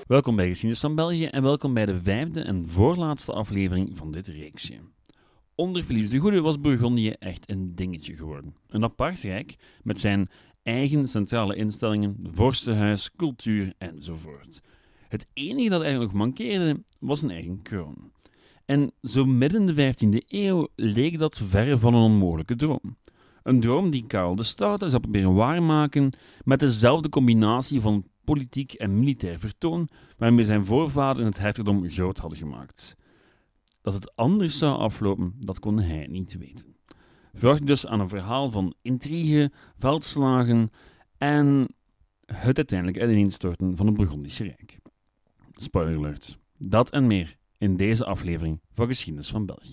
Welkom bij Geschiedenis van België en welkom bij de vijfde en voorlaatste aflevering van dit reeksje. Onder Philips de Goede was Bourgondië echt een dingetje geworden. Een apart rijk met zijn eigen centrale instellingen, vorstenhuis, cultuur enzovoort. Het enige dat eigenlijk nog mankeerde was een eigen kroon. En zo midden in de 15e eeuw leek dat verre van een onmogelijke droom. Een droom die Karel de Stoute zou proberen waarmaken met dezelfde combinatie van politiek en militair vertoon waarmee zijn voorvaderen het hertogdom groot hadden gemaakt. Dat het anders zou aflopen, dat kon hij niet weten. Vraag dus aan een verhaal van intrigue, veldslagen en het uiteindelijk uiteenstorten van het Bourgondische Rijk. Spoiler alert. Dat en meer in deze aflevering van Geschiedenis van België.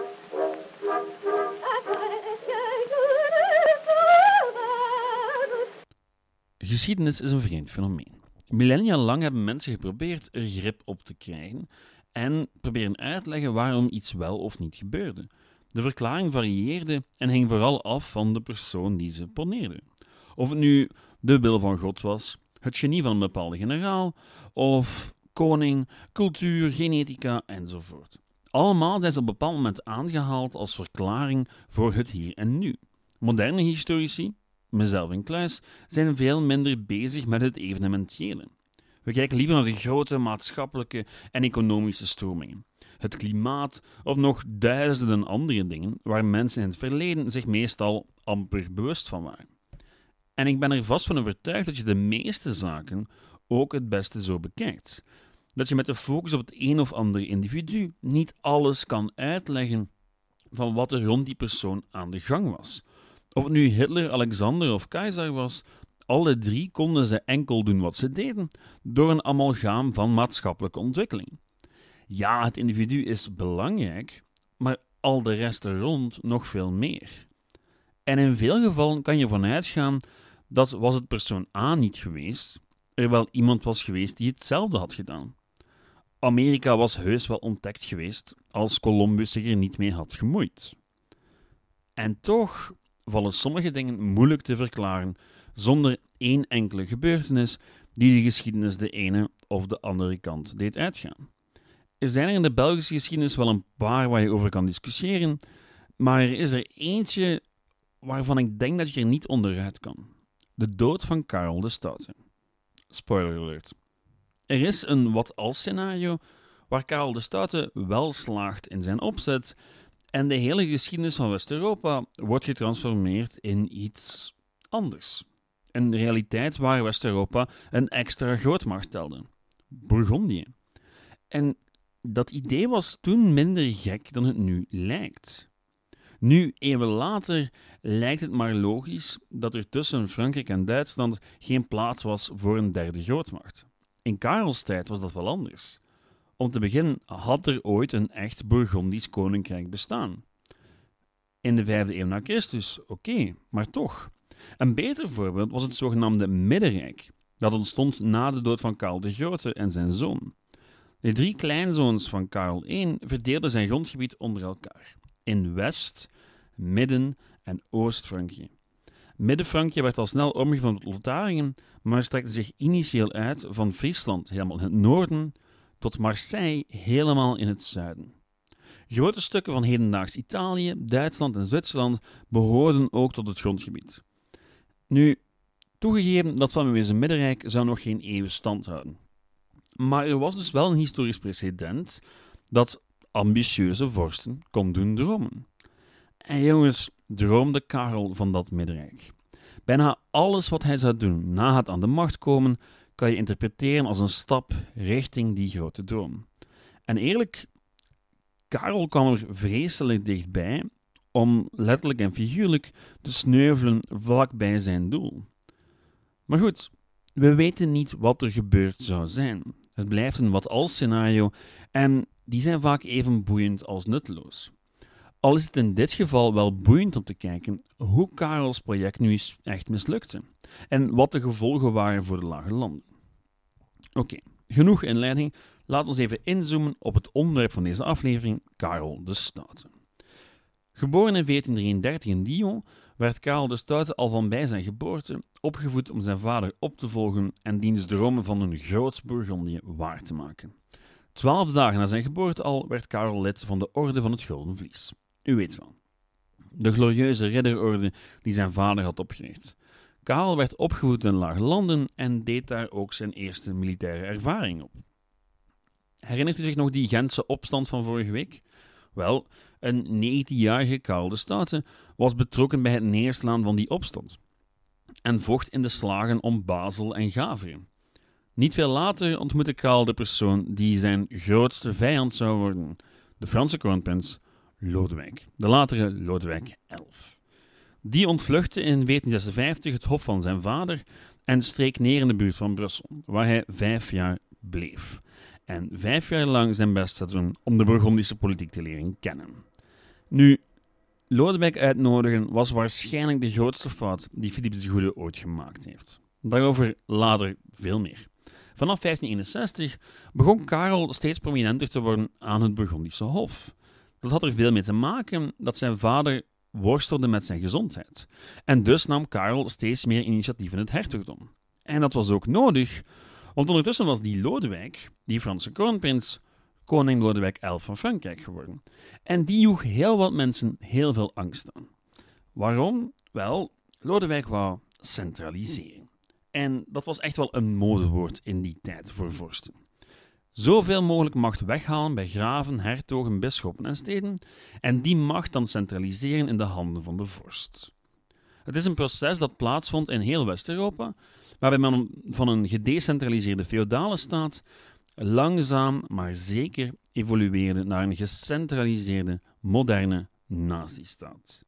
Geschiedenis is een vreemd fenomeen. Millennia lang hebben mensen geprobeerd er grip op te krijgen en proberen uitleggen waarom iets wel of niet gebeurde. De verklaring varieerde en hing vooral af van de persoon die ze poneerde. Of het nu de wil van God was, het genie van een bepaalde generaal, of koning, cultuur, genetica enzovoort. Allemaal zijn ze op een bepaald moment aangehaald als verklaring voor het hier en nu. Moderne historici, mezelf in kluis, zijn veel minder bezig met het evenementiële. We kijken liever naar de grote maatschappelijke en economische stromingen, het klimaat of nog duizenden andere dingen waar mensen in het verleden zich meestal amper bewust van waren. En ik ben er vast van overtuigd dat je de meeste zaken ook het beste zo bekijkt. Dat je met de focus op het een of ander individu niet alles kan uitleggen van wat er rond die persoon aan de gang was. Of het nu Hitler, Alexander of Keizer was, alle drie konden ze enkel doen wat ze deden door een amalgaam van maatschappelijke ontwikkeling. Ja, het individu is belangrijk, maar al de rest er rond nog veel meer. En in veel gevallen kan je ervan uitgaan dat was het persoon A niet geweest, er wel iemand was geweest die hetzelfde had gedaan. Amerika was heus wel ontdekt geweest als Columbus zich er niet mee had gemoeid. En toch vallen sommige dingen moeilijk te verklaren zonder één enkele gebeurtenis die de geschiedenis de ene of de andere kant deed uitgaan. Er zijn er in de Belgische geschiedenis wel een paar waar je over kan discussiëren, maar er is er eentje waarvan ik denk dat je er niet onderuit kan. De dood van Karel de Stoute. Spoiler alert. Er is een wat-als scenario waar Karel de Stoute wel slaagt in zijn opzet en de hele geschiedenis van West-Europa wordt getransformeerd in iets anders. Een realiteit waar West-Europa een extra grootmacht telde. Bourgondië. En dat idee was toen minder gek dan het nu lijkt. Nu, eeuwen later, lijkt het maar logisch dat er tussen Frankrijk en Duitsland geen plaats was voor een derde grootmacht. In Karels tijd was dat wel anders. Om te beginnen had er ooit een echt Bourgondisch koninkrijk bestaan. In de 5e eeuw na Christus, oké, maar toch. Een beter voorbeeld was het zogenaamde Middenrijk, dat ontstond na de dood van Karel de Grote en zijn zoon. De 3 kleinzoons van Karel I verdeelden zijn grondgebied onder elkaar, in West-, Midden- en Oost-Frankrijk. Midden-Frankrijk werd al snel omgevormd tot Lotharingen, maar strekte zich initieel uit van Friesland helemaal in het noorden tot Marseille helemaal in het zuiden. Grote stukken van hedendaags Italië, Duitsland en Zwitserland behoorden ook tot het grondgebied. Nu, toegegeven, dat fameuze Middenrijk zou nog geen eeuwen stand houden. Maar er was dus wel een historisch precedent dat ambitieuze vorsten kon doen dromen. En jongens, droomde Karel van dat Middenrijk. Bijna alles wat hij zou doen na het aan de macht komen, kan je interpreteren als een stap richting die grote droom. En eerlijk, Karel kwam er vreselijk dichtbij om letterlijk en figuurlijk te sneuvelen vlakbij zijn doel. Maar goed, we weten niet wat er gebeurd zou zijn. Het blijft een wat-als scenario en die zijn vaak even boeiend als nutteloos. Al is het in dit geval wel boeiend om te kijken hoe Karels project nu echt mislukte en wat de gevolgen waren voor de lage landen. Oké, genoeg inleiding. Laat ons even inzoomen op het onderwerp van deze aflevering, Karel de Stoute. Geboren in 1433 in Lyon, werd Karel de Stoute al van bij zijn geboorte opgevoed om zijn vader op te volgen en diens dromen van een groot Bourgondië waar te maken. 12 dagen na zijn geboorte al werd Karel lid van de Orde van het Gulden Vlies. U weet wel. De glorieuze ridderorde die zijn vader had opgericht. Karel werd opgevoed in lage landen en deed daar ook zijn eerste militaire ervaring op. Herinnert u zich nog die Gentse opstand van vorige week? Wel, een 19-jarige Karel de Stoute was betrokken bij het neerslaan van die opstand en vocht in de slagen om Basel en Gaveren. Niet veel later ontmoette Karel de persoon die zijn grootste vijand zou worden, de Franse kroonprins Lodewijk, de latere Lodewijk XI. Die ontvluchtte in 1456 het hof van zijn vader en streek neer in de buurt van Brussel, waar hij 5 jaar bleef. En 5 jaar lang zijn best zou doen om de Bourgondische politiek te leren kennen. Nu, Lodewijk uitnodigen was waarschijnlijk de grootste fout die Philippe de Goede ooit gemaakt heeft. Daarover later veel meer. Vanaf 1561 begon Karel steeds prominenter te worden aan het Bourgondische hof. Dat had er veel mee te maken dat zijn vader worstelde met zijn gezondheid. En dus nam Karel steeds meer initiatief in het hertogdom. En dat was ook nodig, want ondertussen was die Lodewijk, die Franse kroonprins, koning Lodewijk XI van Frankrijk geworden. En die joeg heel wat mensen heel veel angst aan. Waarom? Wel, Lodewijk wou centraliseren. En dat was echt wel een modewoord in die tijd voor vorsten. Zoveel mogelijk macht weghalen bij graven, hertogen, bisschoppen en steden en die macht dan centraliseren in de handen van de vorst. Het is een proces dat plaatsvond in heel West-Europa, waarbij men van een gedecentraliseerde feodale staat langzaam maar zeker evolueerde naar een gecentraliseerde, moderne nazistaat.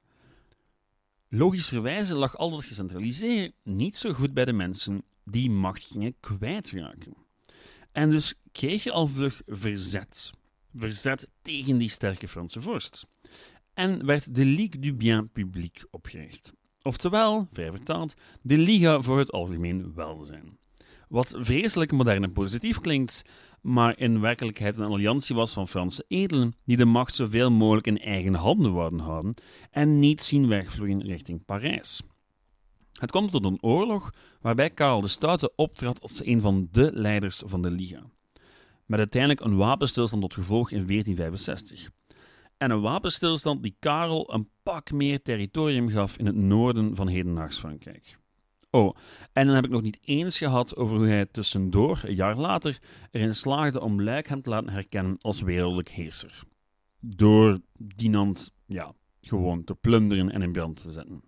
Logischerwijze lag al dat gecentraliseren niet zo goed bij de mensen die macht gingen kwijtraken. En dus kreeg je al vlug verzet. Verzet tegen die sterke Franse vorst. En werd de Ligue du Bien Public opgericht. Oftewel, vrij vertaald, de Liga voor het Algemeen Welzijn. Wat vreselijk modern en positief klinkt, maar in werkelijkheid een alliantie was van Franse edelen die de macht zoveel mogelijk in eigen handen wouden houden en niet zien wegvloeien richting Parijs. Het kwam tot een oorlog waarbij Karel de Stoute optrad als een van de leiders van de Liga. Met uiteindelijk een wapenstilstand tot gevolg in 1465. En een wapenstilstand die Karel een pak meer territorium gaf in het noorden van hedendaags Frankrijk. Oh, en dan heb ik nog niet eens gehad over hoe hij tussendoor, een jaar later, erin slaagde om Luik hem te laten herkennen als wereldlijk heerser. Door dienand, gewoon te plunderen en in brand te zetten.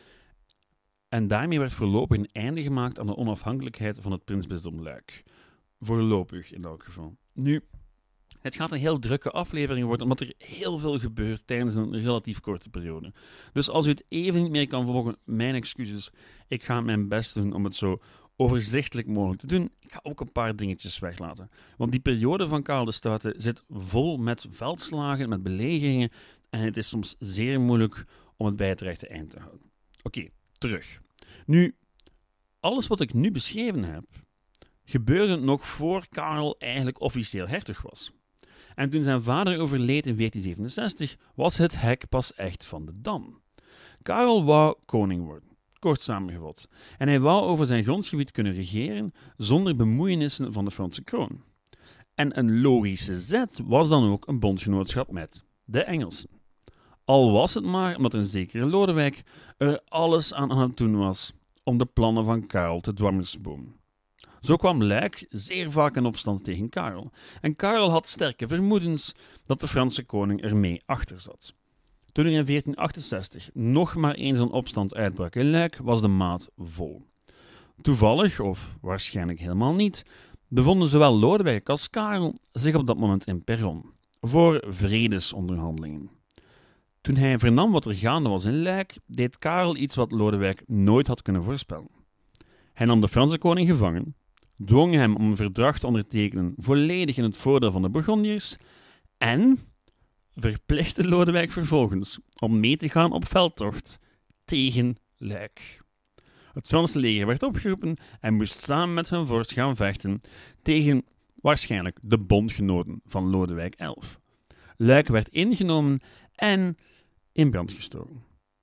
En daarmee werd voorlopig een einde gemaakt aan de onafhankelijkheid van het prinsbisdom Luik. Voorlopig in elk geval. Nu, het gaat een heel drukke aflevering worden, omdat er heel veel gebeurt tijdens een relatief korte periode. Dus als u het even niet meer kan volgen, mijn excuses. Ik ga mijn best doen om het zo overzichtelijk mogelijk te doen. Ik ga ook een paar dingetjes weglaten. Want die periode van Karel de Stoute zit vol met veldslagen, met belegeringen, en het is soms zeer moeilijk om het bij het rechte eind te houden. Oké, terug. Nu, alles wat ik nu beschreven heb, gebeurde nog voor Karel eigenlijk officieel hertog was. En toen zijn vader overleed in 1467, was het hek pas echt van de dam. Karel wou koning worden, kort samengevat. En hij wou over zijn grondgebied kunnen regeren zonder bemoeienissen van de Franse kroon. En een logische zet was dan ook een bondgenootschap met de Engelsen. Al was het maar omdat een zekere Lodewijk er alles aan het doen was om de plannen van Karel te dwarsbomen. Zo kwam Luik zeer vaak in opstand tegen Karel. En Karel had sterke vermoedens dat de Franse koning ermee achter zat. Toen er in 1468 nog maar eens een opstand uitbrak in Luik, was de maat vol. Toevallig, of waarschijnlijk helemaal niet, bevonden zowel Lodewijk als Karel zich op dat moment in Péronne, voor vredesonderhandelingen. Toen hij vernam wat er gaande was in Luik, deed Karel iets wat Lodewijk nooit had kunnen voorspellen. Hij nam de Franse koning gevangen, dwong hem om een verdrag te ondertekenen volledig in het voordeel van de Bourgondiërs en verplichtte Lodewijk vervolgens om mee te gaan op veldtocht tegen Luik. Het Franse leger werd opgeroepen en moest samen met hun vorst gaan vechten tegen waarschijnlijk de bondgenoten van Lodewijk XI. Luik werd ingenomen en in brand gestoken.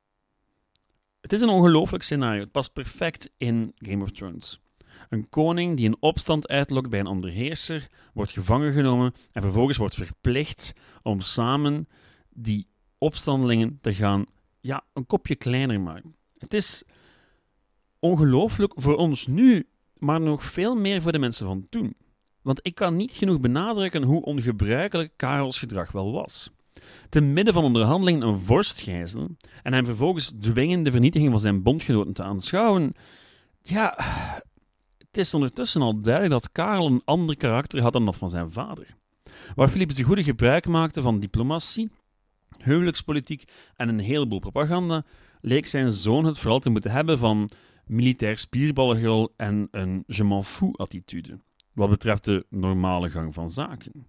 Het is een ongelooflijk scenario. Het past perfect in Game of Thrones. Een koning die een opstand uitlokt bij een andere heerser, wordt gevangen genomen en vervolgens wordt verplicht om samen die opstandelingen te gaan een kopje kleiner maken. Het is ongelooflijk voor ons nu, maar nog veel meer voor de mensen van toen. Want ik kan niet genoeg benadrukken hoe ongebruikelijk Karels gedrag wel was. Te midden van onderhandelingen een vorst gijzelen en hem vervolgens dwingen de vernietiging van zijn bondgenoten te aanschouwen. Ja, het is ondertussen al duidelijk dat Karel een ander karakter had dan dat van zijn vader. Waar Philippus de Goede gebruik maakte van diplomatie, huwelijkspolitiek en een heleboel propaganda, leek zijn zoon het vooral te moeten hebben van militair spierballengerol en een je m'en fous attitude, wat betreft de normale gang van zaken.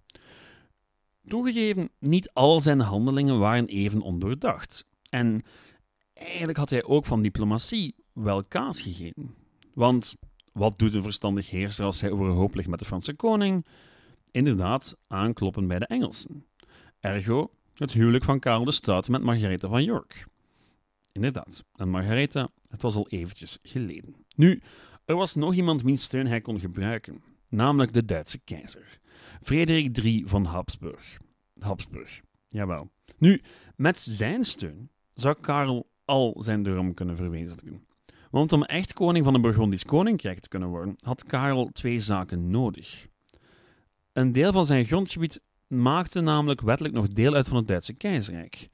Toegegeven, niet al zijn handelingen waren even ondoordacht. En eigenlijk had hij ook van diplomatie wel kaas gegeten. Want wat doet een verstandig heerser als hij overhoop ligt met de Franse koning? Inderdaad, aankloppen bij de Engelsen. Ergo, het huwelijk van Karel de Stoute met Margaretha van York. Inderdaad, en Margaretha, het was al eventjes geleden. Nu, er was nog iemand wiens steun hij kon gebruiken, namelijk de Duitse keizer. Frederik III van Habsburg. Jawel. Nu, met zijn steun zou Karel al zijn droom kunnen verwezenlijken. Want om echt koning van een Burgondisch koninkrijk te kunnen worden, had Karel 2 zaken nodig. Een deel van zijn grondgebied maakte namelijk wettelijk nog deel uit van het Duitse keizerrijk.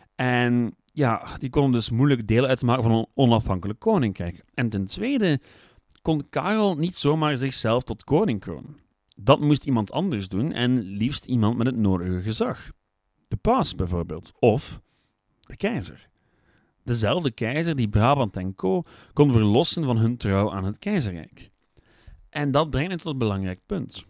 En die kon dus moeilijk deel uitmaken van een onafhankelijk koninkrijk. En ten tweede kon Karel niet zomaar zichzelf tot koning kronen. Dat moest iemand anders doen en liefst iemand met het nodige gezag. De paus bijvoorbeeld, of de keizer. Dezelfde keizer die Brabant en Co. kon verlossen van hun trouw aan het keizerrijk. En dat brengt me tot een belangrijk punt.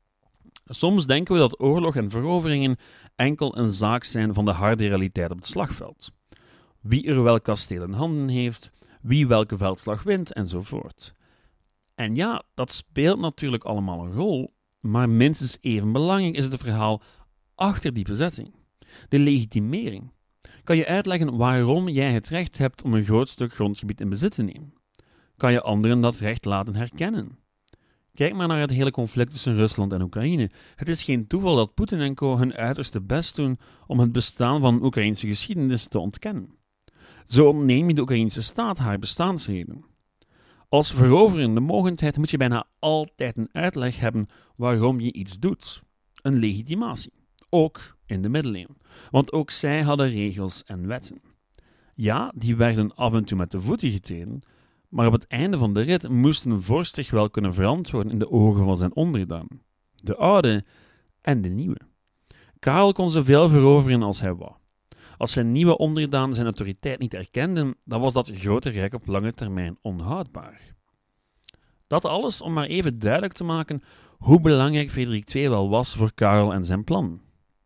Soms denken we dat oorlog en veroveringen enkel een zaak zijn van de harde realiteit op het slagveld. Wie er welk kasteel in handen heeft, wie welke veldslag wint, enzovoort. En ja, dat speelt natuurlijk allemaal een rol, maar minstens even belangrijk is het verhaal achter die bezetting. De legitimering. Kan je uitleggen waarom jij het recht hebt om een groot stuk grondgebied in bezit te nemen? Kan je anderen dat recht laten herkennen? Kijk maar naar het hele conflict tussen Rusland en Oekraïne. Het is geen toeval dat Poetin en co. hun uiterste best doen om het bestaan van Oekraïnse geschiedenis te ontkennen. Zo ontneem je de Oekraïnse staat haar bestaansreden. Als veroverende mogendheid moet je bijna altijd een uitleg hebben waarom je iets doet. Een legitimatie. Ook in de middeleeuwen. Want ook zij hadden regels en wetten. Ja, die werden af en toe met de voeten getreden, maar op het einde van de rit moest een vorst zich wel kunnen verantwoorden in de ogen van zijn onderdanen. De oude en de nieuwe. Karel kon zoveel veroveren als hij wou. Als zijn nieuwe onderdanen zijn autoriteit niet erkenden, dan was dat grote rijk op lange termijn onhoudbaar. Dat alles om maar even duidelijk te maken hoe belangrijk Frederik II wel was voor Karel en zijn plan.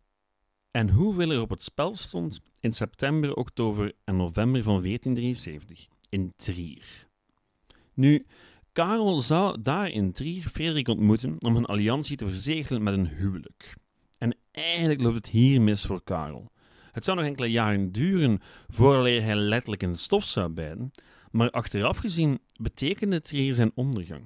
En hoeveel er op het spel stond in september, oktober en november van 1473 in Trier. Nu, Karel zou daar in Trier Frederik ontmoeten om een alliantie te verzegelen met een huwelijk. En eigenlijk loopt het hier mis voor Karel. Het zou nog enkele jaren duren vooraleer hij letterlijk in het stof zou bijten, maar achteraf gezien betekende Trier zijn ondergang.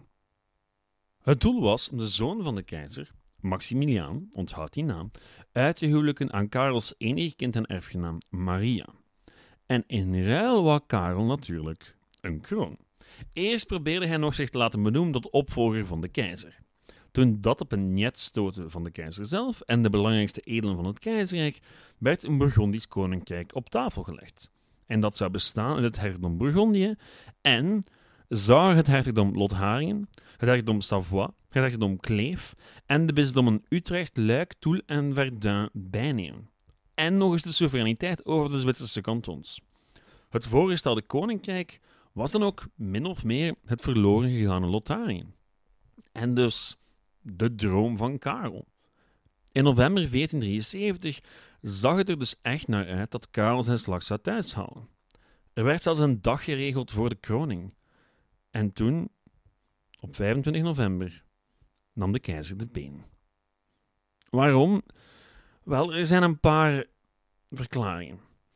Het doel was om de zoon van de keizer, Maximiliaan, onthoud die naam, uit te huwelijken aan Karels enige kind en erfgenaam, Maria. En in ruil wou Karel natuurlijk een kroon. Eerst probeerde hij nog zich te laten benoemen tot opvolger van de keizer. Toen dat op een niet stootte van de keizer zelf en de belangrijkste edelen van het keizerrijk, werd een Burgondisch koninkrijk op tafel gelegd. En dat zou bestaan uit het hertogdom Bourgondië en zou het hertogdom Lotharingen, het hertogdom Savoie, het hertogdom Kleef en de bisdommen Utrecht, Luik, Toul en Verdun bijnemen. En nog eens de soevereiniteit over de Zwitserse kantons. Het voorgestelde koninkrijk was dan ook min of meer het verloren gegaane Lotharingen. En dus de droom van Karel. In november 1473 zag het er dus echt naar uit dat Karel zijn slag zou thuishalen. Er werd zelfs een dag geregeld voor de kroning. En toen, op 25 november, nam de keizer de been. Waarom? Wel, er zijn een paar verklaringen.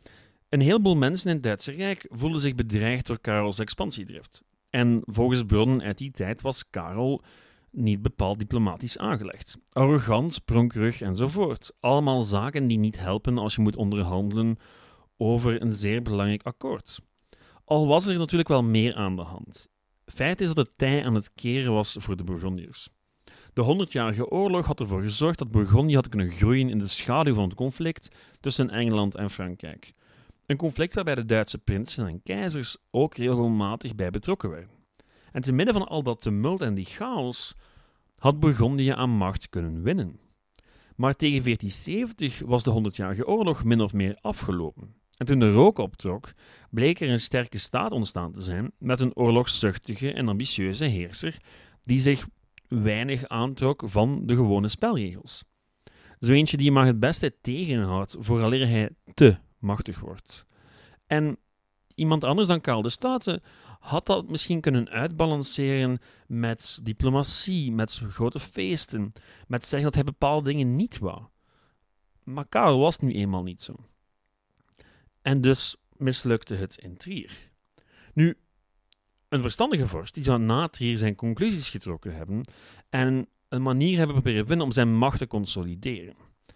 Een heleboel mensen in het Duitse Rijk voelden zich bedreigd door Karels expansiedrift. En volgens bronnen uit die tijd was Karel niet bepaald diplomatisch aangelegd. Arrogant, pronkerig enzovoort. Allemaal zaken die niet helpen als je moet onderhandelen over een zeer belangrijk akkoord. Al was er natuurlijk wel meer aan de hand. Feit is dat het tij aan het keren was voor de Bourgondiërs. De 100-jarige oorlog had ervoor gezorgd dat Bourgondië had kunnen groeien in de schaduw van het conflict tussen Engeland en Frankrijk. Een conflict waarbij de Duitse prinsen en keizers ook regelmatig bij betrokken werden. En te midden van al dat tumult en die chaos had Bourgondië aan macht kunnen winnen. Maar tegen 1470 was de 100-jarige oorlog min of meer afgelopen. En toen de rook optrok, bleek er een sterke staat ontstaan te zijn met een oorlogszuchtige en ambitieuze heerser die zich weinig aantrok van de gewone spelregels. Zo eentje die je maar het beste tegenhoudt vooraleer hij te machtig wordt. En iemand anders dan Karel de Stoute had dat misschien kunnen uitbalanceren met diplomatie, met grote feesten, met zeggen dat hij bepaalde dingen niet wou. Maar Karel was nu eenmaal niet zo. En dus mislukte het in Trier. Nu, een verstandige vorst die zou na Trier zijn conclusies getrokken hebben en een manier hebben proberen vinden om zijn macht te consolideren.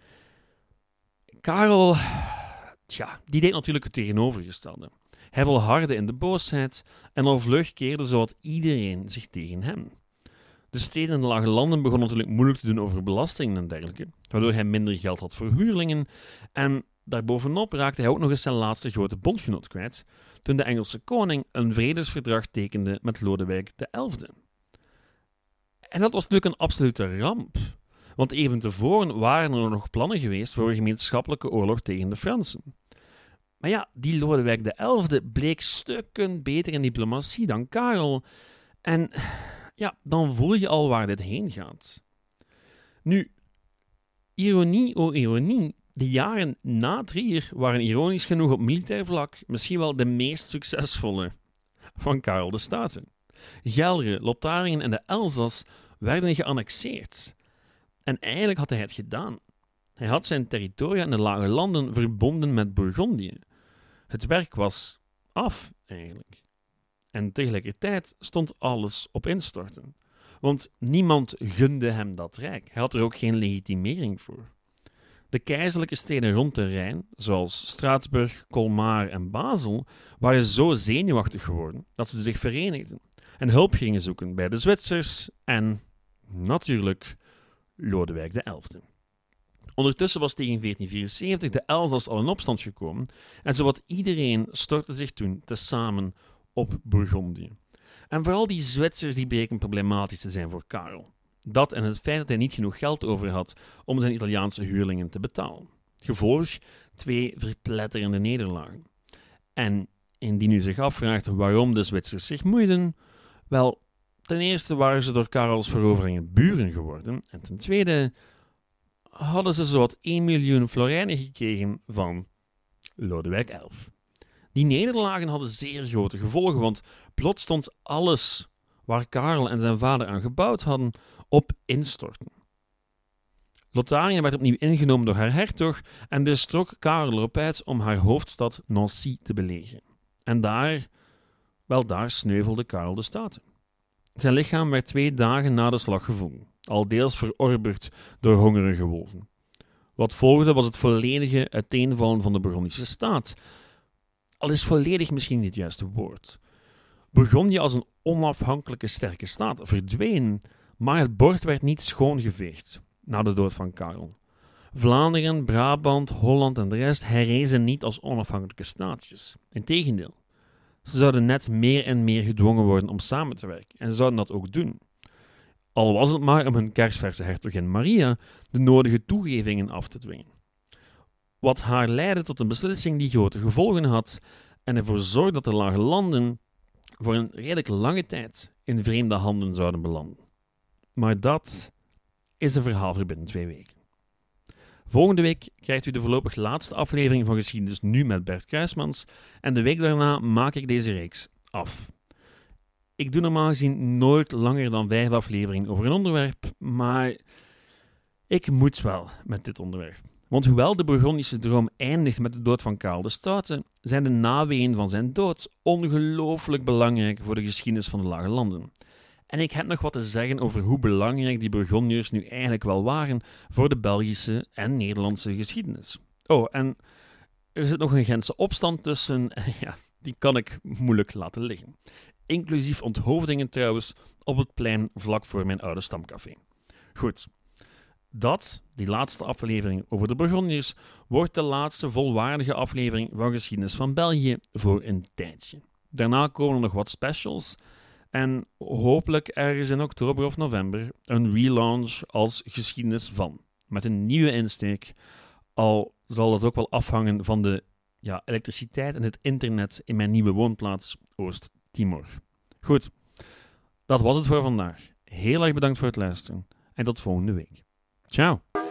Karel, die deed natuurlijk het tegenovergestelde. Hij volhardde in de boosheid en al vlug keerde zowat iedereen zich tegen hem. De steden en de lage landen begonnen natuurlijk moeilijk te doen over belastingen en dergelijke, waardoor hij minder geld had voor huurlingen en daarbovenop raakte hij ook nog eens zijn laatste grote bondgenoot kwijt toen de Engelse koning een vredesverdrag tekende met Lodewijk XI. En dat was natuurlijk een absolute ramp, want even tevoren waren er nog plannen geweest voor een gemeenschappelijke oorlog tegen de Fransen. Maar ja, die Lodewijk XI bleek stukken beter in diplomatie dan Karel. En ja, dan voel je al waar dit heen gaat. Nu, ironie o ironie, de jaren na Trier waren ironisch genoeg op militair vlak misschien wel de meest succesvolle van Karel de Stoute. Gelre, Lotharingen en de Elzas werden geannexeerd. En eigenlijk had hij het gedaan. Hij had zijn territoria in de lage landen verbonden met Bourgondië. Het werk was af, eigenlijk. En tegelijkertijd stond alles op instorten. Want niemand gunde hem dat rijk. Hij had er ook geen legitimering voor. De keizerlijke steden rond de Rijn, zoals Straatsburg, Colmar en Basel, waren zo zenuwachtig geworden dat ze zich verenigden en hulp gingen zoeken bij de Zwitsers en, natuurlijk, Lodewijk XI. Ondertussen was tegen 1474 de Elzas al in opstand gekomen en zowat iedereen stortte zich toen tezamen op Bourgondië. En vooral die Zwitsers die bleken problematisch te zijn voor Karel. Dat en het feit dat hij niet genoeg geld over had om zijn Italiaanse huurlingen te betalen. Gevolg 2 verpletterende nederlagen. En indien u zich afvraagt waarom de Zwitsers zich moeiden, wel, ten eerste waren ze door Karels veroveringen buren geworden en ten tweede hadden ze zowat 1 miljoen florijnen gekregen van Lodewijk XI. Die nederlagen hadden zeer grote gevolgen, want plots stond alles waar Karel en zijn vader aan gebouwd hadden op instorten. Lotharingen werd opnieuw ingenomen door haar hertog en dus trok Karel erop uit om haar hoofdstad Nancy te belegeren. En daar sneuvelde Karel de Stoute. Zijn lichaam werd 2 dagen na de slag gevonden, al deels verorberd door hongerige wolven. Wat volgde was het volledige uiteenvallen van de Bourgondische staat. Al is volledig misschien niet het juiste woord. Bourgondië als een onafhankelijke sterke staat verdween, maar het bord werd niet schoongeveegd na de dood van Karel. Vlaanderen, Brabant, Holland en de rest herrezen niet als onafhankelijke staatjes. Integendeel, ze zouden net meer en meer gedwongen worden om samen te werken en ze zouden dat ook doen. Al was het maar om hun kersverse hertogin Maria de nodige toegevingen af te dwingen. Wat haar leidde tot een beslissing die grote gevolgen had en ervoor zorgde dat de lage landen voor een redelijk lange tijd in vreemde handen zouden belanden. Maar dat is een verhaal voor binnen 2 weken. Volgende week krijgt u de voorlopig laatste aflevering van Geschiedenis Nu met Bert Kruismans en de week daarna maak ik deze reeks af. Ik doe normaal gezien nooit langer dan 5 afleveringen over een onderwerp, maar ik moet wel met dit onderwerp. Want hoewel de Bourgondische droom eindigt met de dood van Karel de Stoute, zijn de naweeën van zijn dood ongelooflijk belangrijk voor de geschiedenis van de Lage Landen. En ik heb nog wat te zeggen over hoe belangrijk die Bourgondiërs nu eigenlijk wel waren voor de Belgische en Nederlandse geschiedenis. Oh, en er zit nog een Gentse opstand tussen, en ja, die kan ik moeilijk laten liggen. Inclusief onthoofdingen trouwens op het plein vlak voor mijn oude stamcafé. Goed, die laatste aflevering over de Bourgondiërs, wordt de laatste volwaardige aflevering van Geschiedenis van België voor een tijdje. Daarna komen er nog wat specials en hopelijk ergens in oktober of november een relaunch als Geschiedenis van, met een nieuwe insteek, al zal dat ook wel afhangen van de elektriciteit en het internet in mijn nieuwe woonplaats Oost-Timor. Goed, dat was het voor vandaag. Heel erg bedankt voor het luisteren en tot volgende week. Ciao!